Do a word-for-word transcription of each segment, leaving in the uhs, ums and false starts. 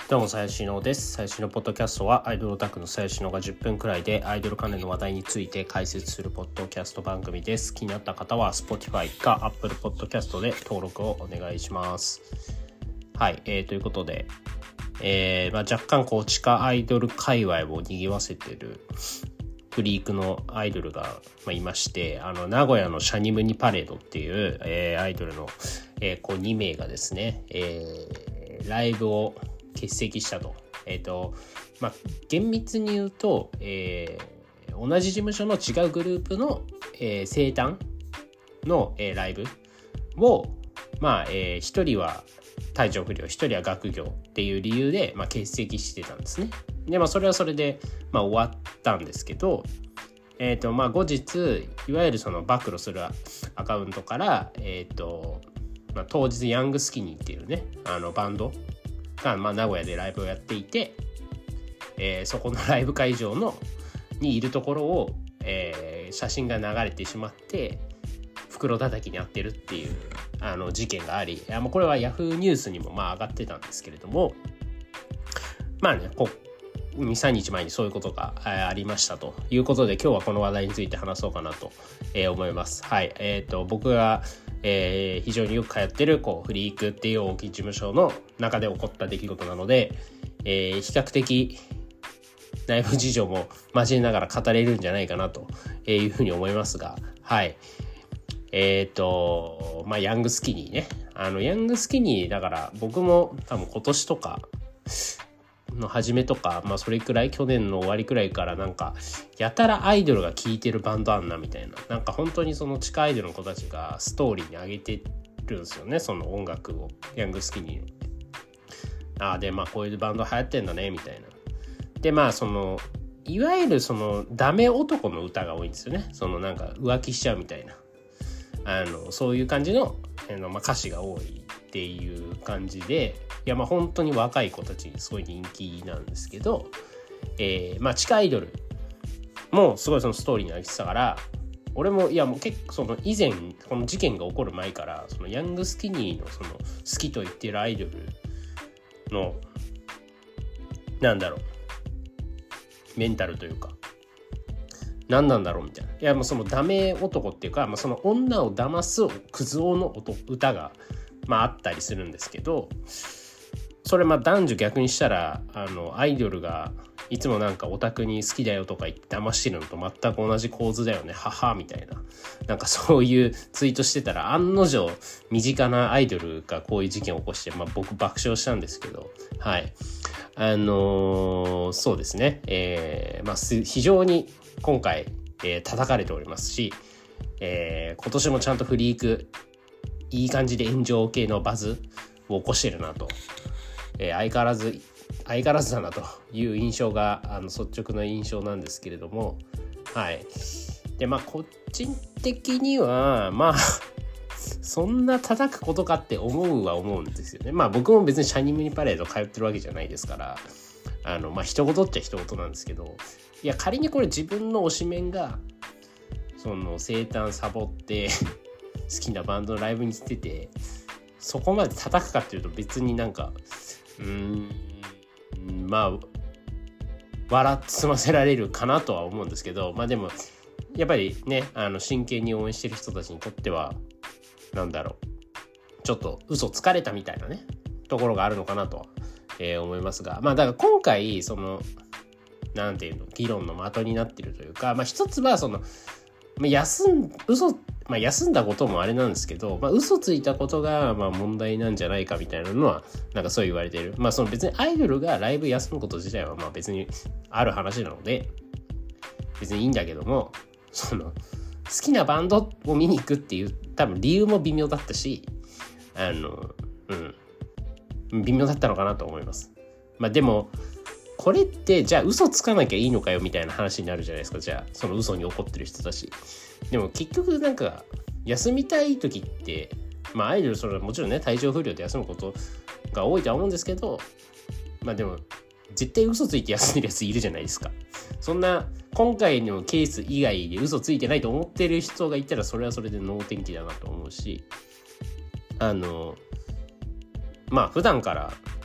どうも、最新のです。最新のポッドキャストはアイドルオタクの最新のがじゅっぷんくらいでアイドル関連の話題について解説するポッドキャスト番組です。気になった方は Spotify か Apple Podcast で登録をお願いします。はい、えー、ということで、えーまあ、若干こう地下アイドル界隈を賑わせてるフリークのアイドルが、まあ、いまして、あの名古屋のシャニムニパレードっていう、えー、アイドルの、えー、こうにめいがですね、えー、ライブを欠席したと。えっと、まあ、厳密に言うと、えー、同じ事務所の違うグループの、えー、生誕の、えー、ライブを、まあ、えー、ひとりは体調不良、ひとりは学業っていう理由で、まあ、欠席してたんですね。で、まあ、それはそれで、まあ、終わったんですけど、えっと、まあ、後日、いわゆるその暴露するアカウントから、えっと、まあ、当日ヤングスキニーっていうね、あのバンドが、まあ、名古屋でライブをやっていて、えー、そこのライブ会場のにいるところを、えー、写真が流れてしまって袋叩きに遭ってるっていうあの事件があり、あもうこれはヤフーニュースにもまあ上がってたんですけれども、まあね、こう にさんにちまえにそういうことがありましたということで、今日はこの話題について話そうかなと思います。はい、えっと僕がえー、非常によく通ってるこうフリークっていう大きい事務所の中で起こった出来事なので、えー、比較的内部事情も交えながら語れるんじゃないかなというふうに思いますが、はいえっとまあヤングスキニーね、あのヤングスキニーだから僕も多分今年とかの初めとか、まあそれくらい去年の終わりくらいからなんかやたらアイドルが聴いてるバンドあんなみたいな、なんか本当にその地下アイドルの子たちがストーリーに上げてるんですよね、その音楽を。ヤングスキニーああでまあこういうバンド流行ってんだねみたいな。でまあそのいわゆるそのダメ男の歌が多いんですよね。そのなんか浮気しちゃうみたいな、あのそういう感じの、あの、まあ、歌詞が多いっていう感じで、いやまあ本当に若い子たちにすごい人気なんですけど、えー、まあ地下アイドルもすごいそのストーリーにあげてたから、俺もいやもう結構その以前この事件が起こる前からそのヤングスキニーのその好きと言っているアイドルのなんだろうメンタルというか何なんだろうみたいな、いやもうそのダメ男っていうか、まあ、その女を騙すクズ男の歌がまああったりするんですけど、それまあ男女逆にしたらあのアイドルがいつもなんかオタクに好きだよとか言って騙してるのと全く同じ構図だよねははみたいな、なんかそういうツイートしてたら案の定身近なアイドルがこういう事件を起こして、まあ、僕爆笑したんですけど、はいあのー、そうですね、えーまあ、非常に今回、えー、叩かれておりますし、えー、今年もちゃんとフリークいい感じで炎上系のバズを起こしてるなと、えー、相変わらず相変わらずだなという印象があの率直な印象なんですけれども、はいでまあ個人的にはまあそんな叩くことかって思うは思うんですよね。まあ僕も別にシャニムニパレード通ってるわけじゃないですから、あのまあ人事っちゃ人事なんですけど、いや仮にこれ自分の推しメンがその生誕サボって好きなバンドのライブに来ててそこまで叩くかっていうと別になんかうーんまあ笑って済ませられるかなとは思うんですけど、まあでもやっぱりねあの真剣に応援してる人たちにとってはなんだろうちょっと嘘つかれたみたいなねところがあるのかなとは、えー、思いますが、まあだから今回そのなんていうの議論の的になっているというか、まあ一つはその休ん嘘まあ休んだこともあれなんですけど、まあ嘘ついたことがまあ問題なんじゃないかみたいなのはなんかそう言われている。まあその別にアイドルがライブ休むこと自体はまあ別にある話なので別にいいんだけども、その好きなバンドを見に行くっていう多分理由も微妙だったし、あのうん微妙だったのかなと思います。まあでもこれってじゃあ嘘つかなきゃいいのかよみたいな話になるじゃないですか。じゃあその嘘に怒ってる人たちでも結局なんか休みたい時ってまあアイドルそれはもちろんね体調不良で休むことが多いとは思うんですけど、まあでも絶対嘘ついて休んでるやついるじゃないですか。そんな今回のケース以外で嘘ついてないと思ってる人がいたらそれはそれで能天気だなと思うし、あのまあ普段から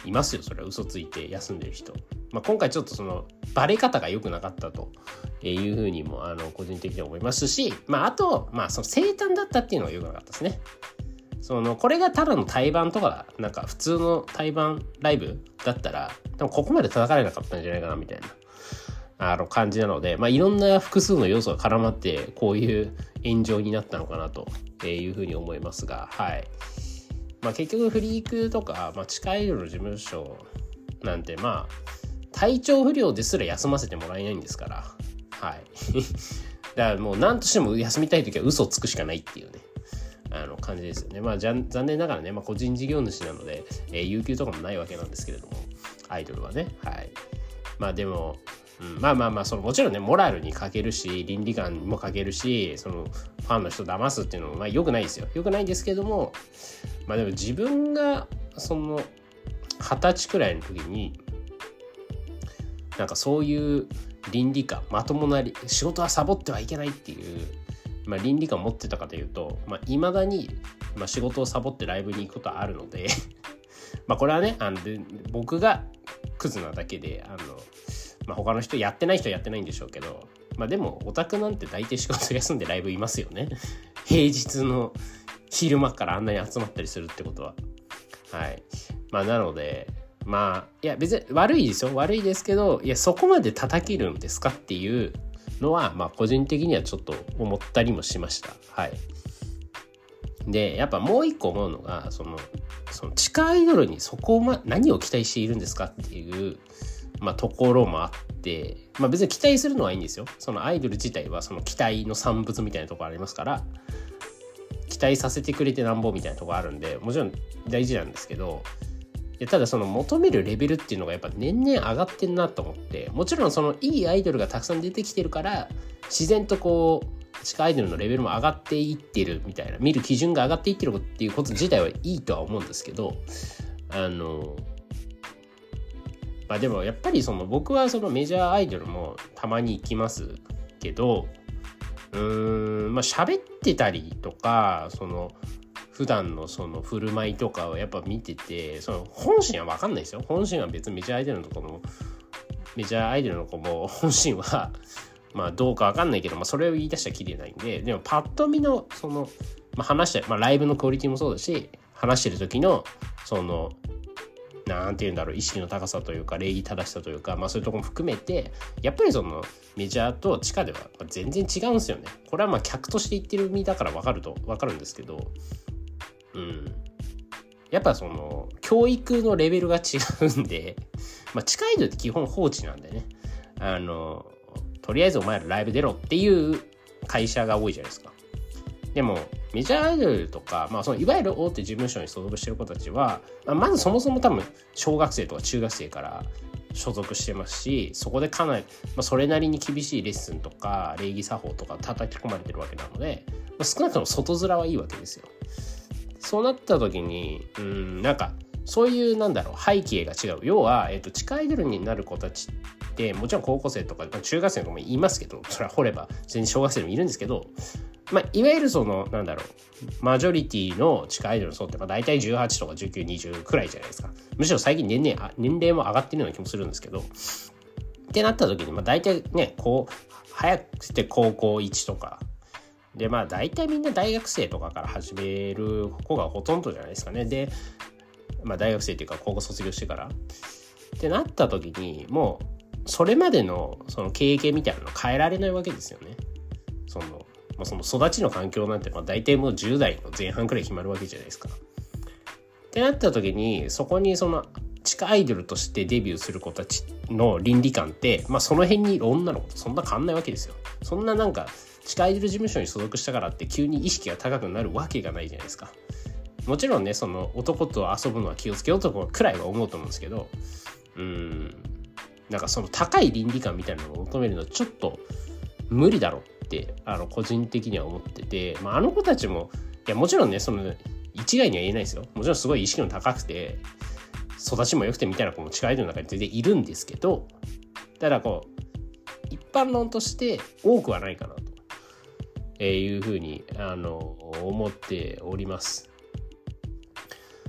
いますよ。それは嘘ついて休んでる人。まあ、今回ちょっとそのバレ方が良くなかったというふうにもあの個人的には思いますし、まあ、あと、まあ、その生誕だったっていうのが良くなかったですね。そのこれがただの対バンとかなんか普通の対バンライブだったら多分ここまで叩かれなかったんじゃないかなみたいなあの感じなので、まあ、いろんな複数の要素が絡まってこういう炎上になったのかなというふうに思いますが、はい。まあ、結局フリークとか、まあ、地下アイドルの事務所なんてまあ体調不良ですら休ませてもらえないんですから、はい。だからもう何としても休みたいときは嘘をつくしかないっていうね。あの感じですよね。まあじゃ残念ながらね、まあ、個人事業主なので、えー、有給とかもないわけなんですけれども、アイドルはね、はい。まあでも、うん、まあまあまあそのもちろんねモラルに欠けるし倫理観にも欠けるし、そのファンの人を騙すっていうのもまあ良くないですよ。良くないんですけども、まあでも自分がその二十歳くらいの時になんかそういう倫理観、まともな仕事はサボってはいけないっていうまあ、倫理観を持ってたかというと、まあ、未だに、まあ、仕事をサボってライブに行くことはあるのでまあこれはねあので僕がクズなだけであの、まあ、他の人やってない人はやってないんでしょうけど、まあ、でもオタクなんて大体仕事休んでライブいますよね平日の昼間からあんなに集まったりするってことは。はい。まあなのでまあいや別に悪いですよ悪いですけど、いやそこまで叩けるんですかっていうのはまあ個人的にはちょっと思ったりもしました。はい。でやっぱもう一個思うのがそのその地下アイドルにそこま何を期待しているんですかっていうまあところもあって、まあ別に期待するのはいいんですよ。そのアイドル自体はその期待の産物みたいなところありますから、期待させてくれてなんぼみたいなところあるんでもちろん大事なんですけど。ただその求めるレベルっていうのがやっぱ年々上がってんなと思って、もちろんそのいいアイドルがたくさん出てきてるから自然とこう地下アイドルのレベルも上がっていってるみたいな、見る基準が上がっていってるっていうこと自体はいいとは思うんですけど、あのまあでもやっぱりその僕はそのメジャーアイドルもたまに行きますけど、うーんまあ喋ってたりとかその普段のその振る舞いとかをやっぱ見てて、その本心は分かんないですよ。本心は別にメジャーアイドルの子もメジャーアイドルの子も本心はまあどうか分かんないけど、まあ、それを言い出したらきりないんで、でもパッと見のその、まあ、話して、まあ、ライブのクオリティもそうだし、話してる時のそのなんていうんだろう意識の高さというか礼儀正しさというか、まあ、そういうところも含めてやっぱりそのメジャーと地下では全然違うんですよね。これはまあ客として言ってる身だから分かると分かるんですけど、うん、やっぱその教育のレベルが違うんで、まあ、地下アイドルって基本放置なんでね、あのとりあえずお前らライブ出ろっていう会社が多いじゃないですか。でもメジャーアイドルとか、まあ、そのいわゆる大手事務所に所属してる子たちは、まあ、まずそもそも多分小学生とか中学生から所属してますし、そこでかなり、まあ、それなりに厳しいレッスンとか礼儀作法とか叩き込まれてるわけなので、まあ、少なくとも外面はいいわけですよ。そうなった時にうーんなんかそういうなんだろう背景が違う。要は、えーと、地下アイドルになる子たちってもちろん高校生とか中学生とかもいますけど、それは掘れば普通に小学生でもいるんですけど、まあ、いわゆるそのなんだろうマジョリティの地下アイドルの層ってまあ大体じゅうはちとかじゅうきゅう、にじゅうくらいじゃないですか。むしろ最近年々年齢も上がってるような気もするんですけど、ってなった時にまあ大体ねこう早くて高校いちとかで、まあ大体みんな大学生とかから始める子がほとんどじゃないですかね。で、まあ大学生っていうか高校卒業してからってなった時にもうそれまでのその経験みたいなの変えられないわけですよね。その、まあ、その育ちの環境なんてまあ大体もうじゅう代の前半くらい決まるわけじゃないですか。ってなった時にそこにその地下アイドルとしてデビューする子たちの倫理観って、まあその辺にいる女の子とそんな変わんないわけですよ。そんななんか地下アイドル事務所に所属したからって急に意識が高くなるわけがないじゃないですか。もちろんねその男と遊ぶのは気をつけようとくらいは思うと思うんですけど、うーんなんかその高い倫理観みたいなのを求めるのはちょっと無理だろってあの個人的には思ってて、まあ、あの子たちもいやもちろんねその一概には言えないですよ。もちろんすごい意識の高くて育ちも良くてみたいな子も地下アイドルの中に全然いるんですけど、ただこう一般論として多くはないかなというふうにあの思っております。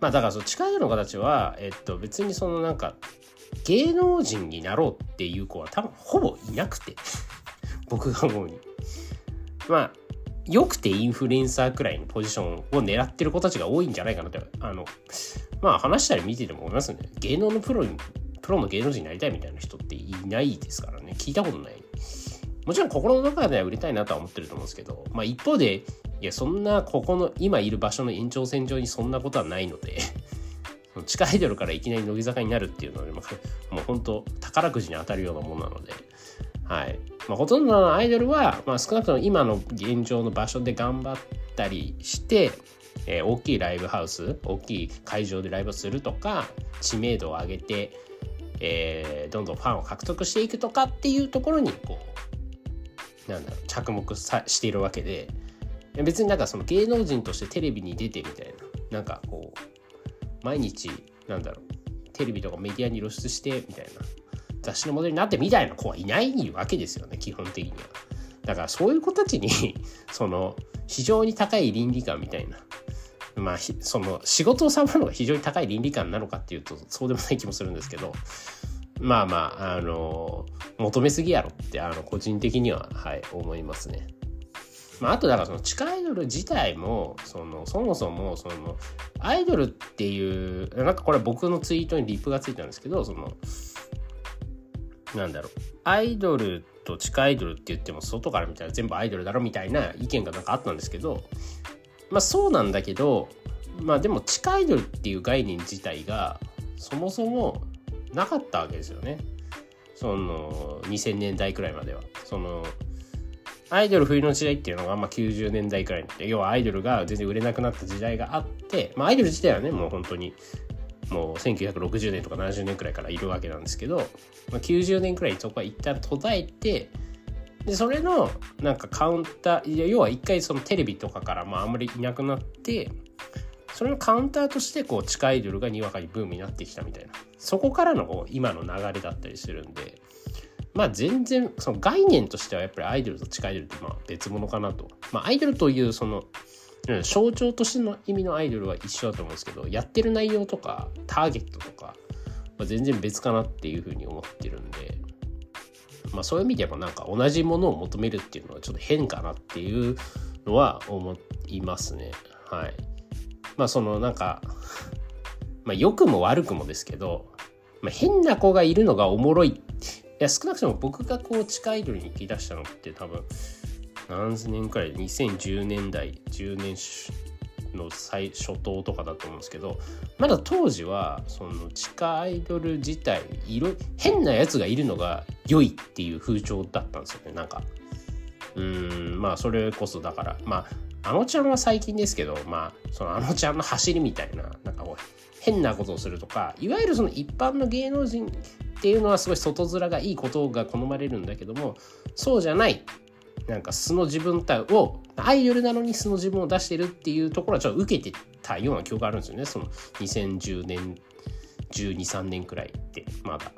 まあだからその地下アイドルの子たちは、えっと、別にそのなんか芸能人になろうっていう子は多分ほぼいなくて僕が思うに、まあよくてインフルエンサーくらいのポジションを狙ってる子たちが多いんじゃないかなって、あのまあ話したり見てても思いますね。芸能のプロにプロの芸能人になりたいみたいな人っていないですからね。聞いたことない。もちろん心の中では売りたいなとは思ってると思うんですけど、まあ一方でいやそんなここの今いる場所の延長線上にそんなことはないので地下アイドルからいきなり乃木坂になるっていうのは、ね、もう本当宝くじに当たるようなものなので、はい、まあ、ほとんどのアイドルは、まあ、少なくとも今の現状の場所で頑張ったりして、えー、大きいライブハウス、大きい会場でライブをするとか、知名度を上げて、えー、どんどんファンを獲得していくとかっていうところにこうなんだろう着目さしているわけで、別になんかその芸能人としてテレビに出てみたいな、なんかこう毎日なんだろうテレビとかメディアに露出してみたいな、雑誌のモデルになってみたいな子はいないわけですよね、基本的には。だからそういう子たちにその非常に高い倫理観みたいな、まあその仕事をさばるのが非常に高い倫理観なのかっていうとそうでもない気もするんですけど、まあまああの求めすぎやろってあの個人的にははい思いますね。まあ、あとだからその地下アイドル自体もそのそもそもそのアイドルっていうなんかこれ僕のツイートにリップがついたんですけど、そのなんだろうアイドルと地下アイドルって言っても外から見たら全部アイドルだろみたいな意見がなんかあったんですけど、まあそうなんだけど、まあでも地下アイドルっていう概念自体がそもそもなかったわけですよね。そのにせんねんだいくらいまではそのアイドル冬の時代っていうのがまあきゅうじゅうねんだいくらいになって、要はアイドルが全然売れなくなった時代があって、まあアイドル自体はねもう本当にもうせんきゅうひゃくろくじゅうねんとかななじゅうねんくらいからいるわけなんですけど、まあ、きゅうじゅうねんくらいにそこは一旦途絶えて、でそれのなんかカウンター、要は一回そのテレビとかからまああんまりいなくなって、それのカウンターとしてこう地下アイドルがにわかにブームになってきたみたいな、そこからの今の流れだったりするんで、まあ全然その概念としてはやっぱりアイドルと地下アイドルってまあ別物かなと。まあアイドルというその象徴としての意味のアイドルは一緒だと思うんですけど、やってる内容とかターゲットとか、まあ、全然別かなっていうふうに思ってるんで、まあそういう意味でもなんか同じものを求めるっていうのはちょっと変かなっていうのは思いますね。はい。まあそのなんかまあ良くも悪くもですけど、まあ、変な子がいるのがおもろい。いや少なくとも僕がこう地下アイドルに行き出したのって多分何年くらいでにせんじゅうねんだいじゅうねんの最初頭とかだと思うんですけど、まだ当時はその地下アイドル自体いろ変なやつがいるのが良いっていう風潮だったんですよね。なんかうーんまあそれこそだからまああのちゃんは最近ですけど、まあそのあのちゃんの走りみたいななんか変なことをするとか、いわゆるその一般の芸能人っていうのはすごい外面がいいことが好まれるんだけども、そうじゃないなんか素の自分をアイドルなのに素の自分を出してるっていうところはちょっと受けてたような記憶があるんですよね。そのにせんじゅうねんじゅうに、さんねんくらいってまだ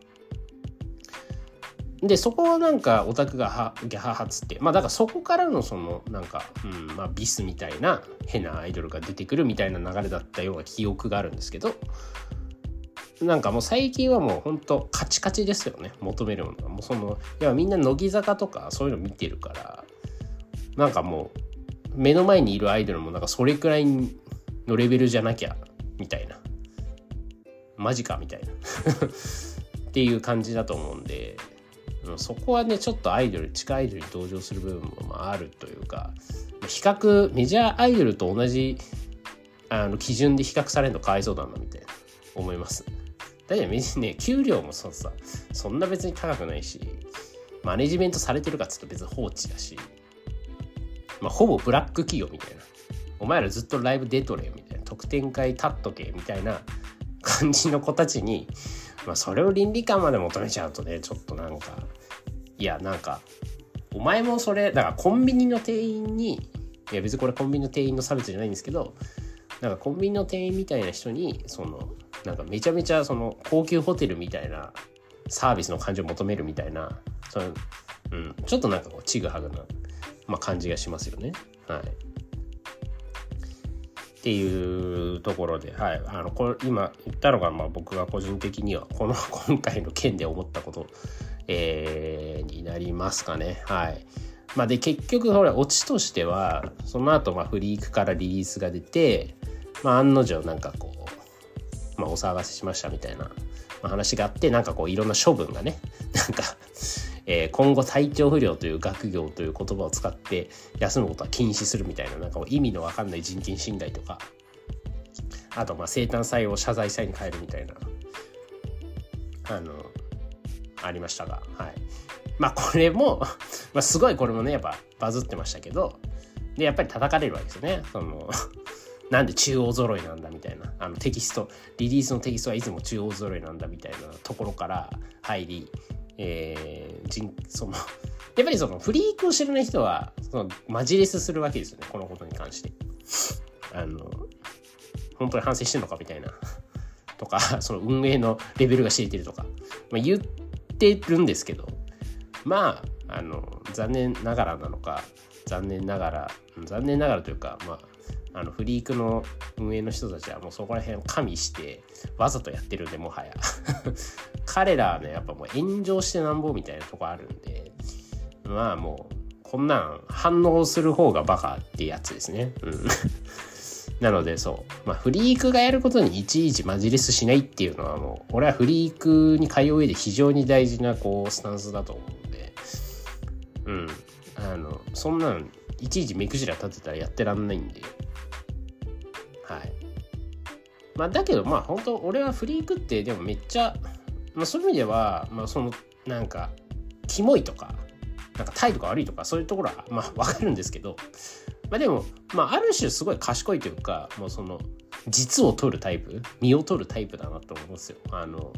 で、そこはなんかオタクがギャハハつって、まあだからそこからのそのなんか、うんまあ、ビスみたいな変なアイドルが出てくるみたいな流れだったような記憶があるんですけど、なんかもう最近はもうほんとカチカチですよね、求めるものが。もうそのいやみんな乃木坂とかそういうの見てるから、なんかもう目の前にいるアイドルもなんかそれくらいのレベルじゃなきゃみたいな、マジかみたいなっていう感じだと思うんで、そこはねちょっとアイドル地下アイドルに同情する部分もあるというか、比較メジャーアイドルと同じあの基準で比較されるのかわいそうだなみたいな思います。だって別にね給料もそさそんな別に高くないし、マネジメントされてるかっつうと別に放置だし、まあほぼブラック企業みたいな、お前らずっとライブ出とれよみたいな、特典会立っとけみたいな感じの子たちに、まあそれを倫理観まで求めちゃうとねちょっとなんかいやなんかお前もそれだからコンビニの店員に、いや別にこれコンビニの店員の差別じゃないんですけど、なんかコンビニの店員みたいな人にそのなんかめちゃめちゃその高級ホテルみたいなサービスの感じを求めるみたいな、その、うん、ちょっとなんかこうちぐはぐな、まあ、感じがしますよね。はい。っっていうところで、はい、あのこれ今言ったのが、まあ、僕が個人的にはこの今回の件で思ったこと、えー、になりますかね。はい。まあ、で結局ほらオチとしてはその後まあフリークからリリースが出て、まあ、案の定なんかこう、まあ、お騒がせしましたみたいな話があって、なんかこういろんな処分がねなんか、えー、今後体調不良という学業という言葉を使って休むことは禁止するみたいな、なんか意味の分かんない人権侵害とか、あとまあ生誕祭を謝罪祭に変えるみたいなあのありましたが、はい。まあこれもまあすごいこれもねやっぱバズってましたけど、でやっぱり叩かれるわけですよね。そのなんで中央揃いなんだみたいな、あのテキストリリースのテキストはいつも中央揃いなんだみたいなところから入り、えー、人そのやっぱりそのフリークを知らない人はそのマジレスするわけですよね、このことに関して。あの本当に反省してんのかみたいなとか、その運営のレベルが知れてるとか、まあ、言ってるんですけど、まああの残念ながらなのか残念ながら残念ながらというか、まああのフリークの運営の人たちはもうそこら辺を加味してわざとやってるんで、もはや彼らはねやっぱもう炎上してなんぼみたいなとこあるんで、まあもうこんなん反応する方がバカってやつですね、うん、なのでそう、まあ、フリークがやることにいちいちマジレスしないっていうのはもう俺はフリークに通う上で非常に大事なこうスタンスだと思うんで、うんあのそんなんいちいち目くじら立てたらやってらんないんで、はい。まあだけどまあ本当俺はフリークってでもめっちゃ、まあそういう意味ではまあそのなんかキモいとかなんか態度が悪いとかそういうところはまあわかるんですけど、まあでもまあある種すごい賢いというか、もうその実を取るタイプ、身を取るタイプだなと思うんですよ。あの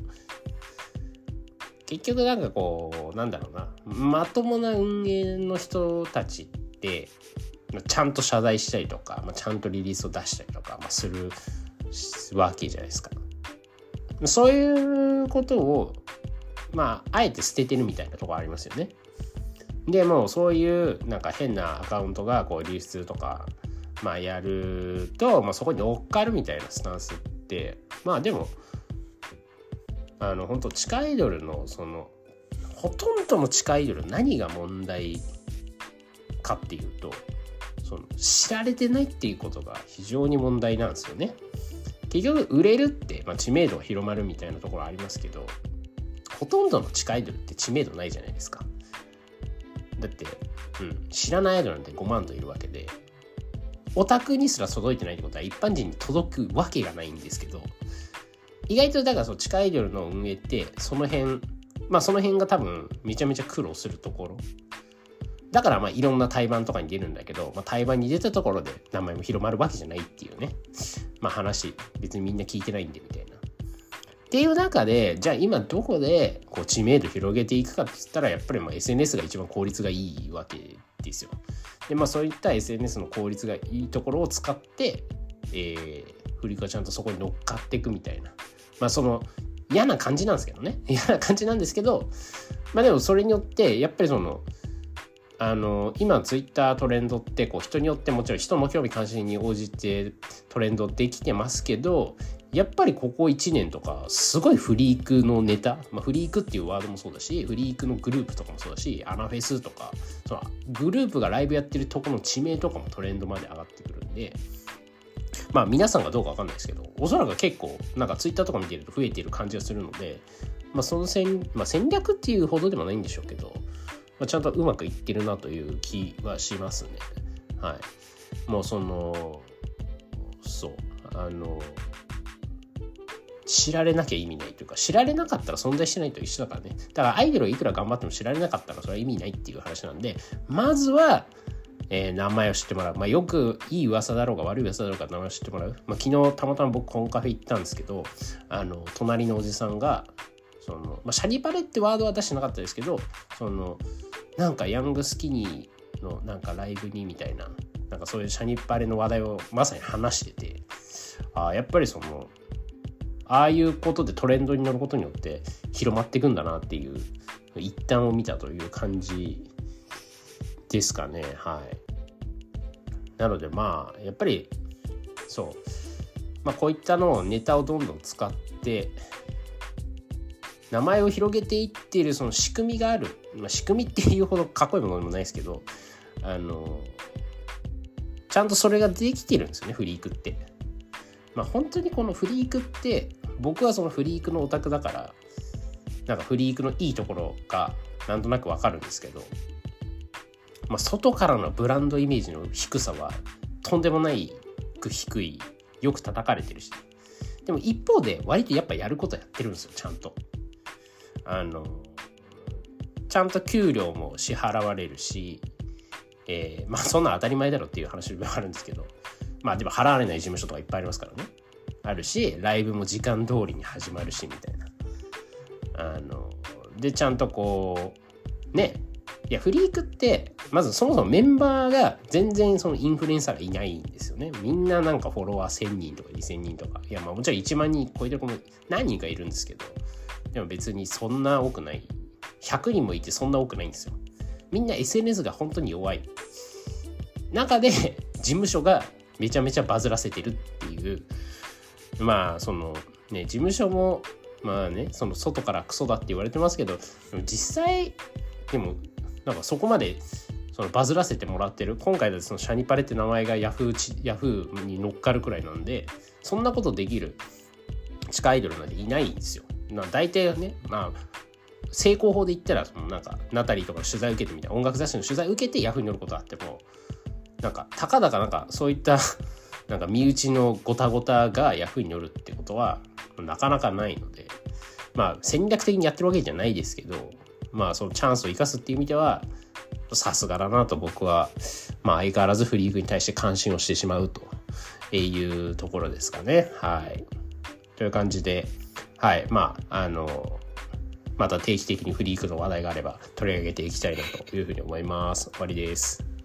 結局なんかこうなんだろうな、まともな運営の人たちってちゃんと謝罪したりとか、まあ、ちゃんとリリースを出したりとか、まあ、するわけじゃないですか。そういうことをまああえて捨ててるみたいなところありますよね。でもうそういうなんか変なアカウントがこう流出とか、まあ、やると、まあ、そこに乗っかるみたいなスタンスってまあでもあの本当地下アイドルのそのほとんどの地下アイドル何が問題かっていうと、その知られてないっていうことが非常に問題なんですよね。結局売れるって、まあ、知名度が広まるみたいなところありますけど、ほとんどの地下アイドルって知名度ないじゃないですか。だって、うん、知らないアイドルなんてごまんといるわけで、オタクにすら届いてないってことは一般人に届くわけがないんですけど、意外とだからその地下アイドルの運営ってその辺まあその辺が多分めちゃめちゃ苦労するところだから、まあいろんな対バンとかに出るんだけど、まあ、対バンに出たところで名前も広まるわけじゃないっていうね、まあ話別にみんな聞いてないんでみたいなっていう中で、じゃあ今どこでこう知名度広げていくかって言ったら、やっぱりまあ エスエヌエス が一番効率がいいわけですよ。でまあそういった エスエヌエス の効率がいいところを使って、えー、フリークはちゃんとそこに乗っかっていくみたいな、まあその嫌な感じなんですけどね嫌な感じなんですけど、まあでもそれによってやっぱりそのあの今ツイッタートレンドってこう人によってもちろん人の興味関心に応じてトレンドできてますけど、やっぱりここいちねんとかすごいフリークのネタ、まあ、フリークっていうワードもそうだし、フリークのグループとかもそうだし、アナフェスとかそのグループがライブやってるとこの地名とかもトレンドまで上がってくるんで、まあ皆さんがどうか分かんないですけど、おそらく結構なんかツイッターとか見てると増えている感じがするので、まあその戦、まあ、戦略っていうほどでもないんでしょうけど、まあ、ちゃんとうまくいってるなという気はしますね。はい。もうそのそうあの知られなきゃ意味ないというか、知られなかったら存在してないと一緒だからね。だからアイドルをいくら頑張っても知られなかったらそれは意味ないっていう話なんで、まずは、えー、名前を知ってもらう。まあよくいい噂だろうが悪い噂だろうが名前を知ってもらう。まあ昨日たまたま僕コンカフェ行ったんですけど、あの隣のおじさんがその、まあ、シャリパレってワードは出してなかったですけど、そのなんかヤングスキニーのなんかライブにみたいな、なんかそういうシャニパレの話題をまさに話してて、あやっぱりそのああいうことでトレンドに乗ることによって広まっていくんだなっていう一端を見たという感じですかね。はい。なのでまあやっぱりそうまあこういったのをネタをどんどん使って名前を広げていっているその仕組みがある、まあ、仕組みっていうほどかっこいいものでもないですけど、あのちゃんとそれができてるんですよね、フリークって。まあ本当にこのフリークって僕はそのフリークのオタクだからなんかフリークのいいところがなんとなくわかるんですけど、まあ、外からのブランドイメージの低さはとんでもないく低い、よく叩かれてるし、でも一方で割とやっぱやることやってるんですよ、ちゃんと。あのちゃんと給料も支払われるし、えー、まあそんな当たり前だろっていう話もあるんですけど、まあでも払われない事務所とかいっぱいありますからね、あるし、ライブも時間通りに始まるしみたいな、あのでちゃんとこうね、いやフリークってまずそもそもメンバーが全然そのインフルエンサーがいないんですよね。みんななんかフォロワーせんにんとかにせんにんとか、いやまあもちろんいちまんにん超えてる子も何人かいるんですけど、でも別にそんな多くない、ひゃくにんもいてそんな多くないんですよ。みんな エスエヌエス が本当に弱い中で事務所がめちゃめちゃバズらせてるっていう、まあそのね事務所もまあねその外からクソだって言われてますけど、実際でもなんかそこまでそのバズらせてもらってる、今回だとそのシャニパレって名前がヤフーヤフーに乗っかるくらいなんで、そんなことできる地下アイドルなんていないんですよ。まあ大体ね、まあ成功法で言ったらそのなんかナタリーとかの取材受けてみたいな、音楽雑誌の取材受けてヤフーに乗ることあっても、なんかたかだかなんかそういったなんか身内のゴタゴタがヤフーに乗るってことはなかなかないので、まあ戦略的にやってるわけじゃないですけど、まあそのチャンスを生かすっていう意味ではさすがだなと僕は、まあ相変わらずフリークに対して関心をしてしまうというところですかね。はい。という感じで、はい、まああのまた定期的にフリークの話題があれば取り上げていきたいなというふうに思います。終わりです。